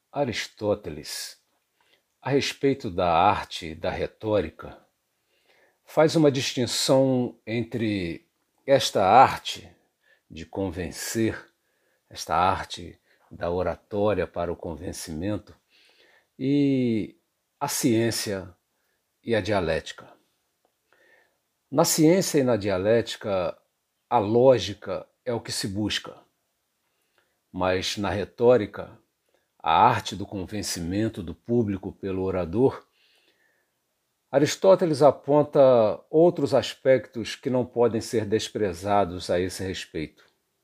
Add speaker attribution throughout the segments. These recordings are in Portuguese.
Speaker 1: Aristóteles, a respeito da arte e da retórica, faz uma distinção entre esta arte de convencer, esta arte da oratória para o convencimento, e a ciência e a dialética. Na ciência e na dialética, a lógica é o que se busca, mas na retórica, a arte do convencimento do público pelo orador, Aristóteles aponta outros aspectos que não podem ser desprezados a esse respeito.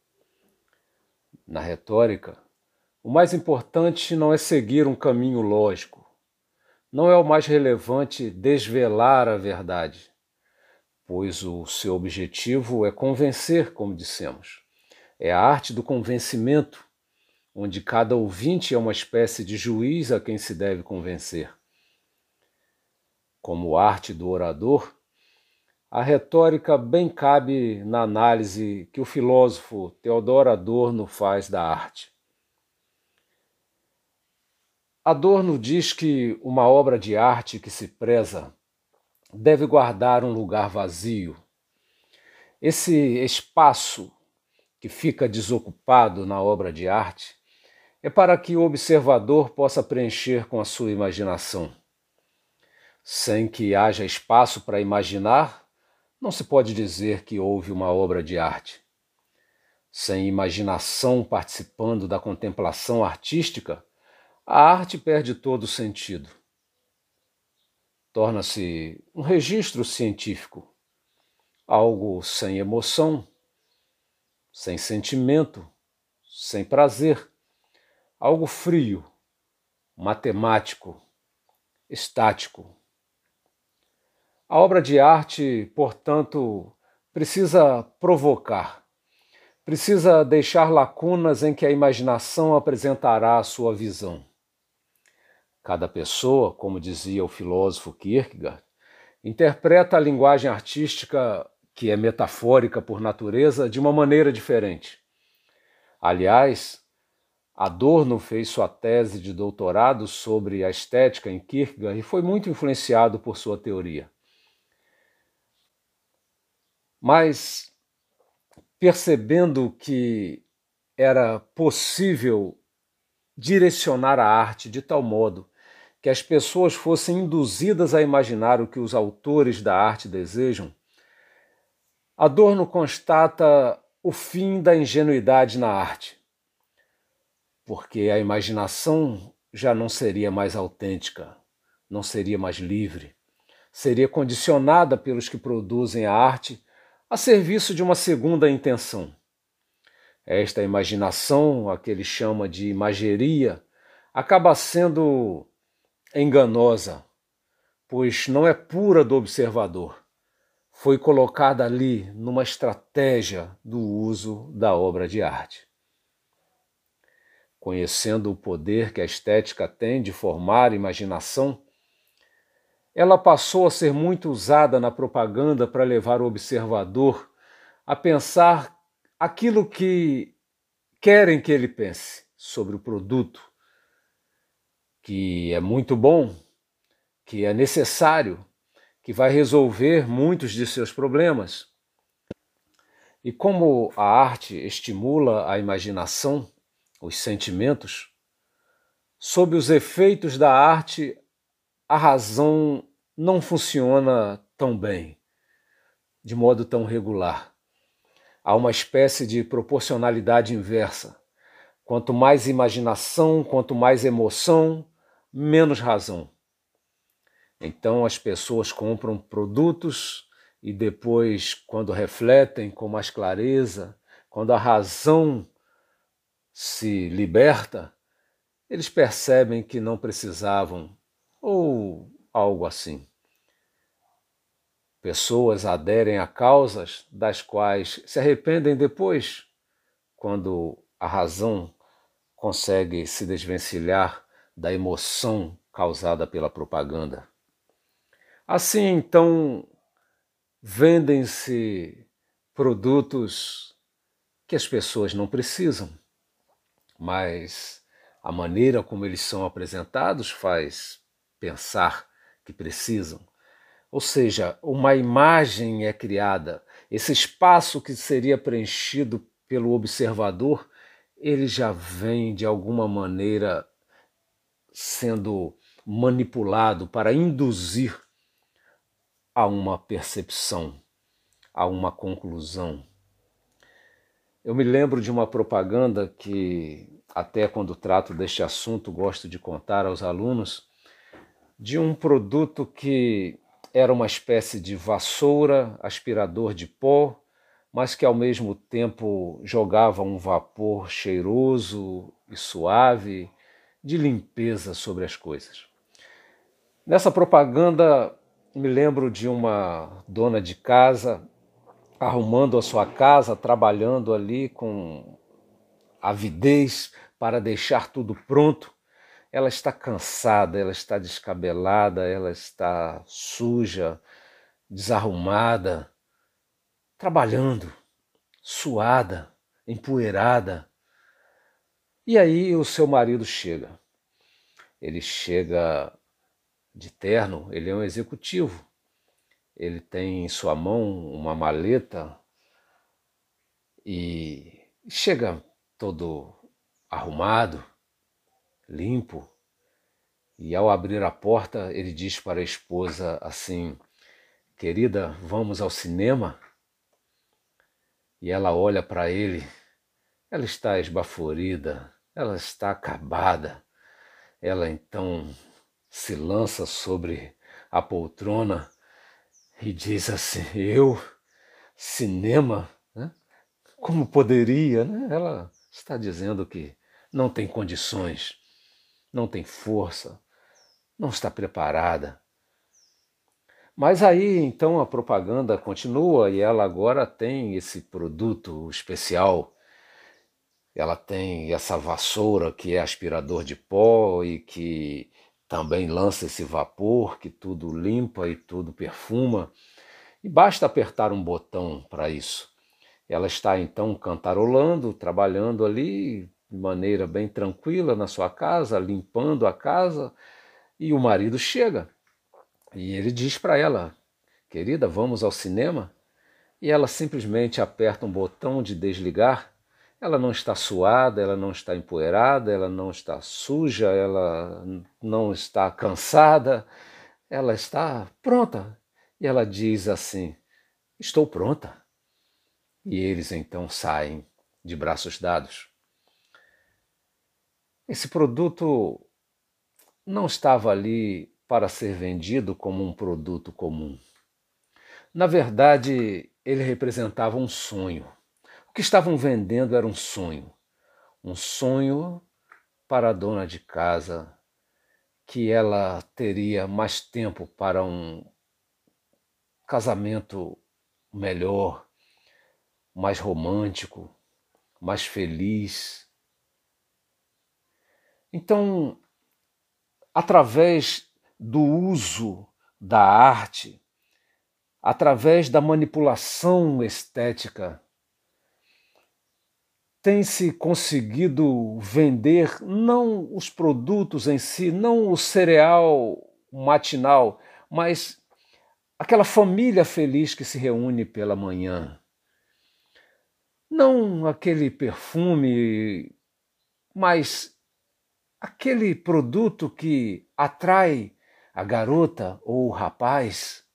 Speaker 1: Na retórica, o mais importante não é seguir um caminho lógico, não é o mais relevante desvelar a verdade, pois o seu objetivo é convencer, como dissemos. É a arte do convencimento, onde cada ouvinte é uma espécie de juiz a quem se deve convencer. Como arte do orador, a retórica bem cabe na análise que o filósofo Theodor Adorno faz da arte. Adorno diz que uma obra de arte que se preza deve guardar um lugar vazio. Esse espaço que fica desocupado na obra de arte é para que o observador possa preencher com a sua imaginação. Sem que haja espaço para imaginar, não se pode dizer que houve uma obra de arte. Sem imaginação participando da contemplação artística, a arte perde todo o sentido. Torna-se um registro científico, algo sem emoção, sem sentimento, sem prazer, algo frio, matemático, estático. A obra de arte, portanto, precisa provocar, precisa deixar lacunas em que a imaginação apresentará a sua visão. Cada pessoa, como dizia o filósofo Kierkegaard, interpreta a linguagem artística, que é metafórica por natureza, de uma maneira diferente. Aliás, Adorno fez sua tese de doutorado sobre a estética em Kierkegaard e foi muito influenciado por sua teoria. Mas, percebendo que era possível direcionar a arte de tal modo que as pessoas fossem induzidas a imaginar o que os autores da arte desejam, Adorno constata o fim da ingenuidade na arte, porque a imaginação já não seria mais autêntica, não seria mais livre, seria condicionada pelos que produzem a arte a serviço de uma segunda intenção. Esta imaginação, a que ele chama de imageria, acaba sendo enganosa, pois não é pura do observador. Foi colocada ali numa estratégia do uso da obra de arte. Conhecendo o poder que a estética tem de formar imaginação, ela passou a ser muito usada na propaganda para levar o observador a pensar aquilo que querem que ele pense sobre o produto, que é muito bom, que é necessário, que vai resolver muitos de seus problemas. E como a arte estimula a imaginação, os sentimentos, sob os efeitos da arte, a razão não funciona tão bem, de modo tão regular. Há uma espécie de proporcionalidade inversa. Quanto mais imaginação, quanto mais emoção, menos razão. Então as pessoas compram produtos e depois, quando refletem com mais clareza, quando a razão se liberta, eles percebem que não precisavam, ou algo assim. Pessoas aderem a causas das quais se arrependem depois, quando a razão consegue se desvencilhar da emoção causada pela propaganda. Assim, então, vendem-se produtos que as pessoas não precisam, mas A maneira como eles são apresentados faz pensar que precisam. Ou seja, uma imagem é criada. Esse espaço que seria preenchido pelo observador, ele já vem de alguma maneira sendo manipulado para induzir a uma percepção, a uma conclusão. Eu me lembro de uma propaganda que, até quando trato deste assunto, gosto de contar aos alunos, de um produto que era uma espécie de vassoura, aspirador de pó, mas que ao mesmo tempo jogava um vapor cheiroso e suave de limpeza sobre as coisas. Nessa propaganda, me lembro de uma dona de casa arrumando a sua casa, trabalhando ali com avidez para deixar tudo pronto. Ela está cansada, ela está descabelada, ela está suja, desarrumada, trabalhando, suada, empoeirada. E aí o seu marido chega. Ele chega de terno, ele é um executivo. Ele tem em sua mão uma maleta e chega todo arrumado, limpo. E ao abrir a porta, ele diz para a esposa assim: querida, vamos ao cinema? E ela olha para ele, ela está esbaforida, ela está acabada. Ela então se lança sobre a poltrona e diz assim: eu? Cinema? Né? Como poderia? Né? Ela está dizendo que não tem condições, não tem força, não está preparada. Mas aí então a propaganda continua e ela agora tem esse produto especial. Ela tem essa vassoura que é aspirador de pó e que também lança esse vapor que tudo limpa e tudo perfuma. E basta apertar um botão para isso. Ela está então cantarolando, trabalhando ali de maneira bem tranquila na sua casa, limpando a casa, e o marido chega. E ele diz para ela: querida, vamos ao cinema? E ela simplesmente aperta um botão de desligar. Ela não está suada, ela não está empoeirada, ela não está suja, ela não está cansada, ela está pronta. E ela diz assim: estou pronta. E eles então saem de braços dados. Esse produto não estava ali para ser vendido como um produto comum. Na verdade, ele representava um sonho. O que estavam vendendo era um sonho. Um sonho para a dona de casa, que ela teria mais tempo para um casamento melhor, mais romântico, mais feliz. Então, através do uso da arte, através da manipulação estética, tem-se conseguido vender não os produtos em si, não o cereal matinal, mas aquela família feliz que se reúne pela manhã. Não aquele perfume, mas aquele produto que atrai a garota ou o rapaz.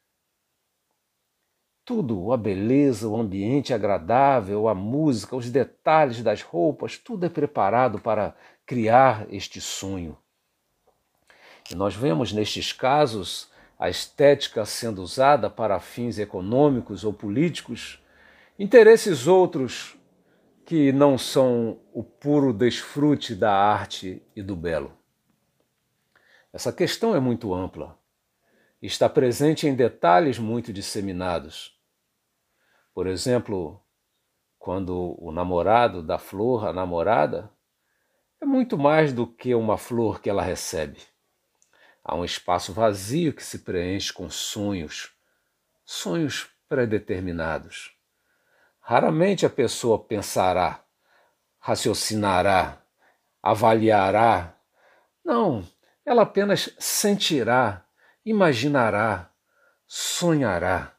Speaker 1: Tudo, a beleza, o ambiente agradável, a música, os detalhes das roupas, tudo é preparado para criar este sonho. E nós vemos nestes casos a estética sendo usada para fins econômicos ou políticos, interesses outros que não são o puro desfrute da arte e do belo. Essa questão é muito ampla e está presente em detalhes muito disseminados. Por exemplo, quando o namorado dá flor à namorada, é muito mais do que uma flor que ela recebe. Há um espaço vazio que se preenche com sonhos, sonhos predeterminados. Raramente a pessoa pensará, raciocinará, avaliará. Não, ela apenas sentirá, imaginará, sonhará.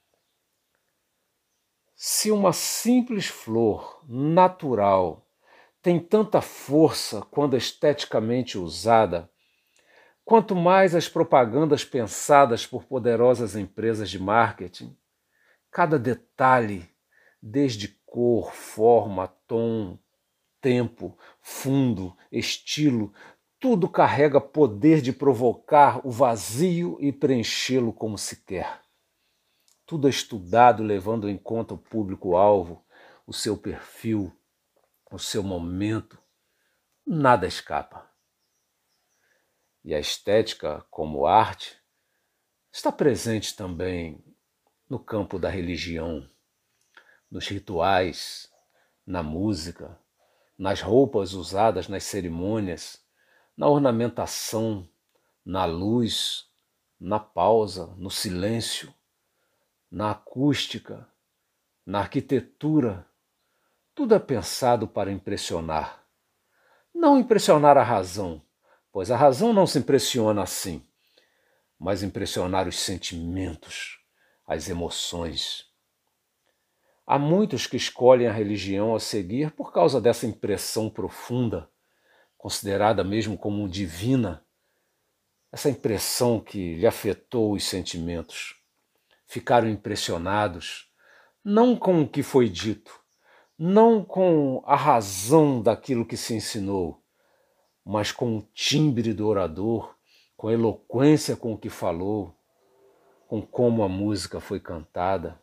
Speaker 1: Se uma simples flor natural tem tanta força quando esteticamente usada, quanto mais as propagandas pensadas por poderosas empresas de marketing, cada detalhe, desde cor, forma, tom, tempo, fundo, estilo, tudo carrega poder de provocar o vazio e preenchê-lo como se quer. Tudo é estudado levando em conta o público-alvo, o seu perfil, o seu momento. Nada escapa. E a estética, como arte, está presente também no campo da religião, nos rituais, na música, nas roupas usadas nas cerimônias, na ornamentação, na luz, na pausa, no silêncio, na acústica, na arquitetura. Tudo é pensado para impressionar. Não impressionar a razão, pois a razão não se impressiona assim, mas impressionar os sentimentos, as emoções. Há muitos que escolhem a religião a seguir por causa dessa impressão profunda, considerada mesmo como divina, essa impressão que lhe afetou os sentimentos. Ficaram impressionados, não com o que foi dito, não com a razão daquilo que se ensinou, mas com o timbre do orador, com a eloquência com o que falou, com como a música foi cantada.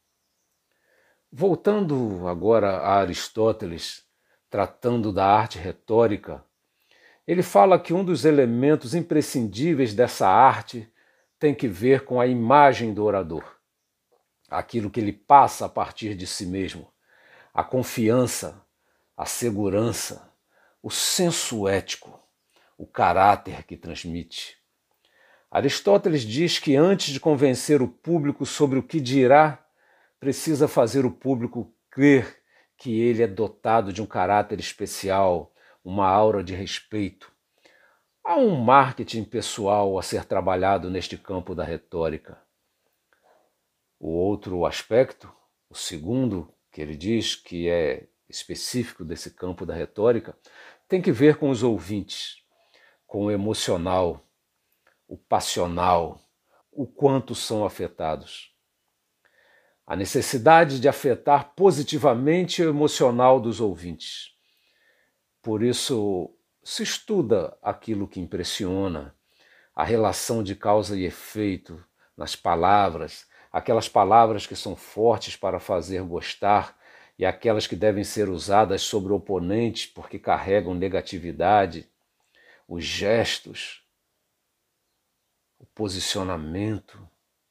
Speaker 1: Voltando agora a Aristóteles, tratando da arte retórica, ele fala que um dos elementos imprescindíveis dessa arte tem que ver com a imagem do orador, aquilo que ele passa a partir de si mesmo, a confiança, a segurança, o senso ético, o caráter que transmite. Aristóteles diz que antes de convencer o público sobre o que dirá, precisa fazer o público crer que ele é dotado de um caráter especial, uma aura de respeito. Há um marketing pessoal a ser trabalhado neste campo da retórica. O outro aspecto, o segundo, que ele diz que é específico desse campo da retórica, tem que ver com os ouvintes, com o emocional, o passional, o quanto são afetados. A necessidade de afetar positivamente o emocional dos ouvintes. Por isso, se estuda aquilo que impressiona, a relação de causa e efeito nas palavras, aquelas palavras que são fortes para fazer gostar e aquelas que devem ser usadas sobre oponentes porque carregam negatividade, os gestos, o posicionamento.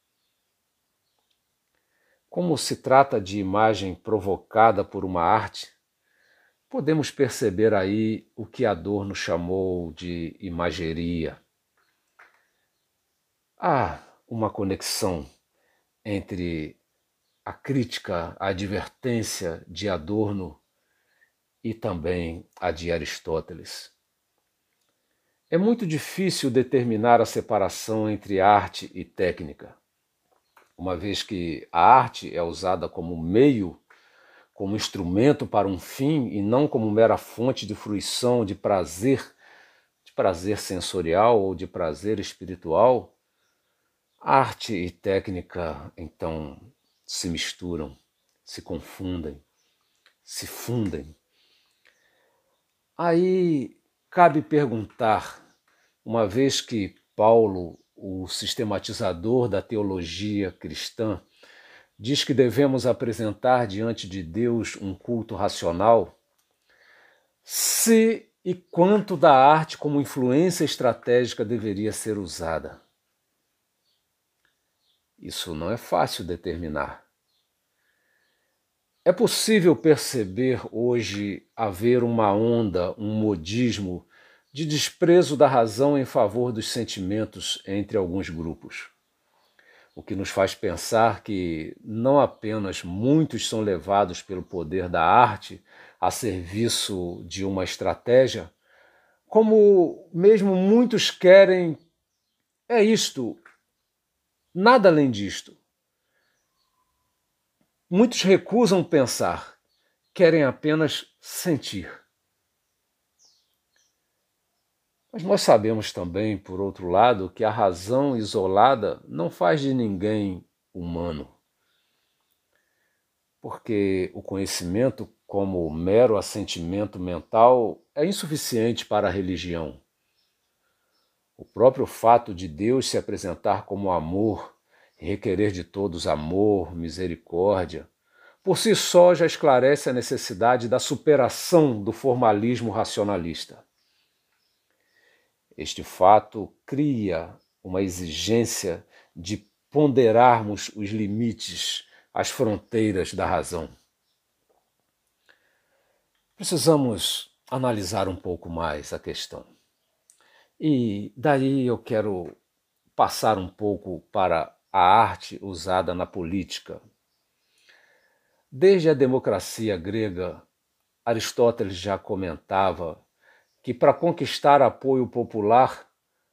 Speaker 1: Como se trata de imagem provocada por uma arte, podemos perceber aí o que Adorno chamou de imageria. Há uma conexão entre a crítica, a advertência de Adorno e também a de Aristóteles. É muito difícil determinar a separação entre arte e técnica, uma vez que a arte é usada como meio, como instrumento para um fim e não como mera fonte de fruição de prazer sensorial ou de prazer espiritual. Arte e técnica, então, se misturam, se confundem, se fundem. Aí cabe perguntar, uma vez que Paulo, o sistematizador da teologia cristã, diz que devemos apresentar diante de Deus um culto racional, se e quanto da arte como influência estratégica deveria ser usada. Isso não é fácil determinar. É possível perceber hoje haver uma onda, um modismo de desprezo da razão em favor dos sentimentos entre alguns grupos. O que nos faz pensar que não apenas muitos são levados pelo poder da arte a serviço de uma estratégia, como mesmo muitos querem, é isto, nada além disto. Muitos recusam pensar, querem apenas sentir. Mas nós sabemos também, por outro lado, que a razão isolada não faz de ninguém humano. Porque o conhecimento, como mero assentimento mental, é insuficiente para a religião. O próprio fato de Deus se apresentar como amor e requerer de todos amor, misericórdia, por si só já esclarece a necessidade da superação do formalismo racionalista. Este fato cria uma exigência de ponderarmos os limites, as fronteiras da razão. Precisamos analisar um pouco mais a questão. E daí eu quero passar um pouco para a arte usada na política. Desde a democracia grega, Aristóteles já comentava que para conquistar apoio popular,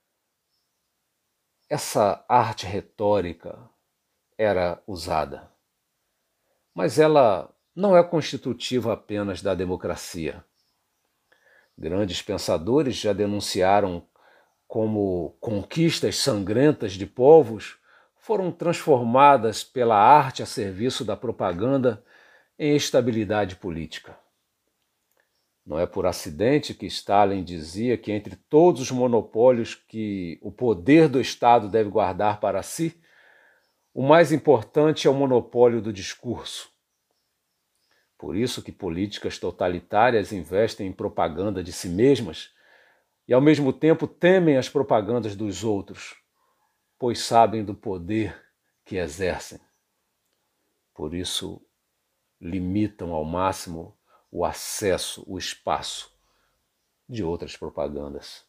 Speaker 1: essa arte retórica era usada. Mas ela não é constitutiva apenas da democracia. Grandes pensadores já denunciaram como conquistas sangrentas de povos foram transformadas pela arte a serviço da propaganda em estabilidade política. Não é por acidente que Stalin dizia que entre todos os monopólios que o poder do Estado deve guardar para si, o mais importante é o monopólio do discurso. Por isso que políticas totalitárias investem em propaganda de si mesmas e, ao mesmo tempo, temem as propagandas dos outros, pois sabem do poder que exercem. Por isso, limitam ao máximo o acesso, o espaço de outras propagandas.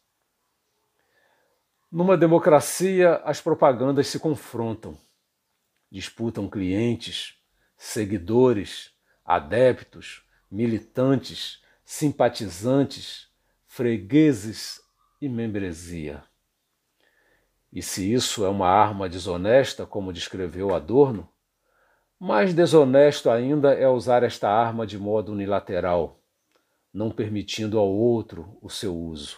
Speaker 1: Numa democracia, as propagandas se confrontam, disputam clientes, seguidores, adeptos, militantes, simpatizantes, fregueses e membresia. E se isso é uma arma desonesta, como descreveu Adorno, mais desonesto ainda é usar esta arma de modo unilateral, não permitindo ao outro o seu uso.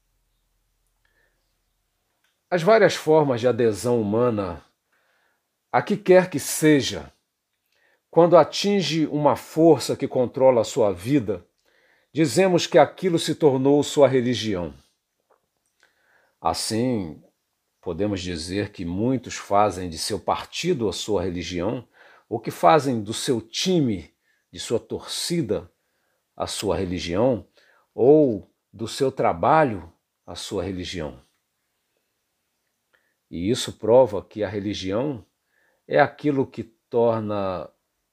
Speaker 1: As várias formas de adesão humana, a que quer que seja, quando atinge uma força que controla a sua vida, dizemos que aquilo se tornou sua religião. Assim, podemos dizer que muitos fazem de seu partido a sua religião, ou que fazem do seu time, de sua torcida, a sua religião, ou do seu trabalho a sua religião. E isso prova que a religião é aquilo que torna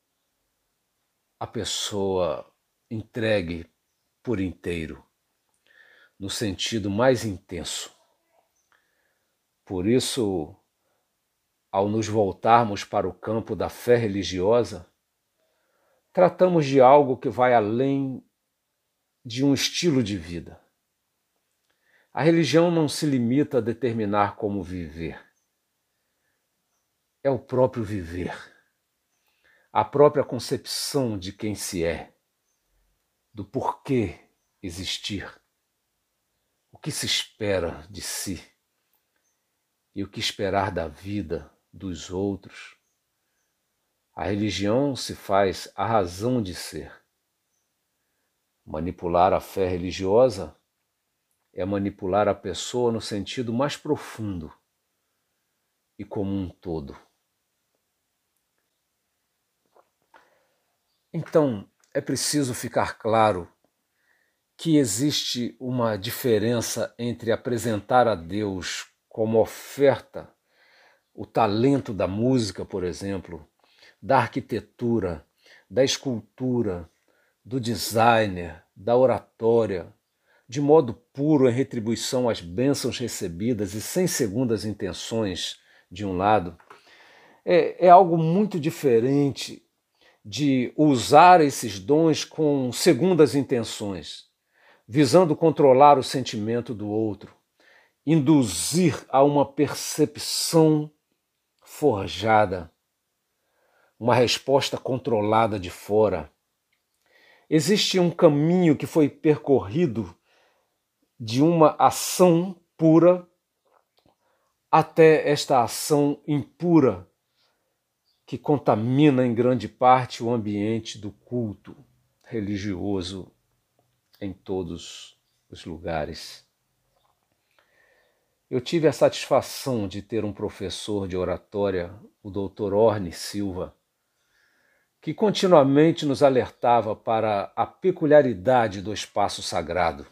Speaker 1: a pessoa entregue por inteiro, no sentido mais intenso. Por isso, ao nos voltarmos para o campo da fé religiosa, tratamos de algo que vai além de um estilo de vida. A religião não se limita a determinar como viver. É o próprio viver, a própria concepção de quem se é, do porquê existir, o que se espera de si e o que esperar da vida, dos outros. A religião se faz a razão de ser. Manipular a fé religiosa é manipular a pessoa no sentido mais profundo e como um todo. Então, é preciso ficar claro que existe uma diferença entre apresentar a Deus como oferta, o talento da música, por exemplo, da arquitetura, da escultura, do designer, da oratória, de modo puro em retribuição às bênçãos recebidas e sem segundas intenções, de um lado, é algo muito diferente de usar esses dons com segundas intenções, visando controlar o sentimento do outro, induzir a uma percepção forjada, uma resposta controlada de fora. Existe um caminho que foi percorrido de uma ação pura até esta ação impura que contamina em grande parte o ambiente do culto religioso em todos os lugares. Eu tive a satisfação de ter um professor de oratória, o Dr. Orne Silva, que continuamente nos alertava para a peculiaridade do espaço sagrado.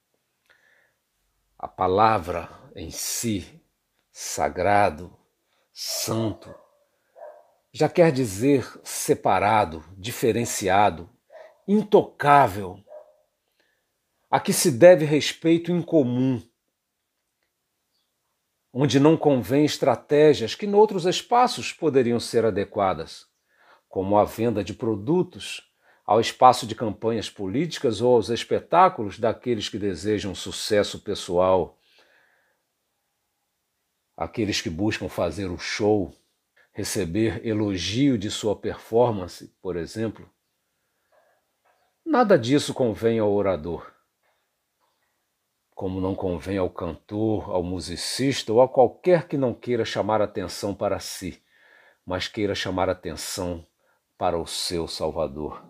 Speaker 1: A palavra em si, sagrado, santo, já quer dizer separado, diferenciado, intocável, a que se deve respeito incomum, onde não convém estratégias que noutros espaços poderiam ser adequadas, como a venda de produtos, ao espaço de campanhas políticas ou aos espetáculos daqueles que desejam sucesso pessoal, aqueles que buscam fazer o show, receber elogio de sua performance, por exemplo. Nada disso convém ao orador, como não convém ao cantor, ao musicista ou a qualquer que não queira chamar atenção para si, mas queira chamar atenção para o seu Salvador.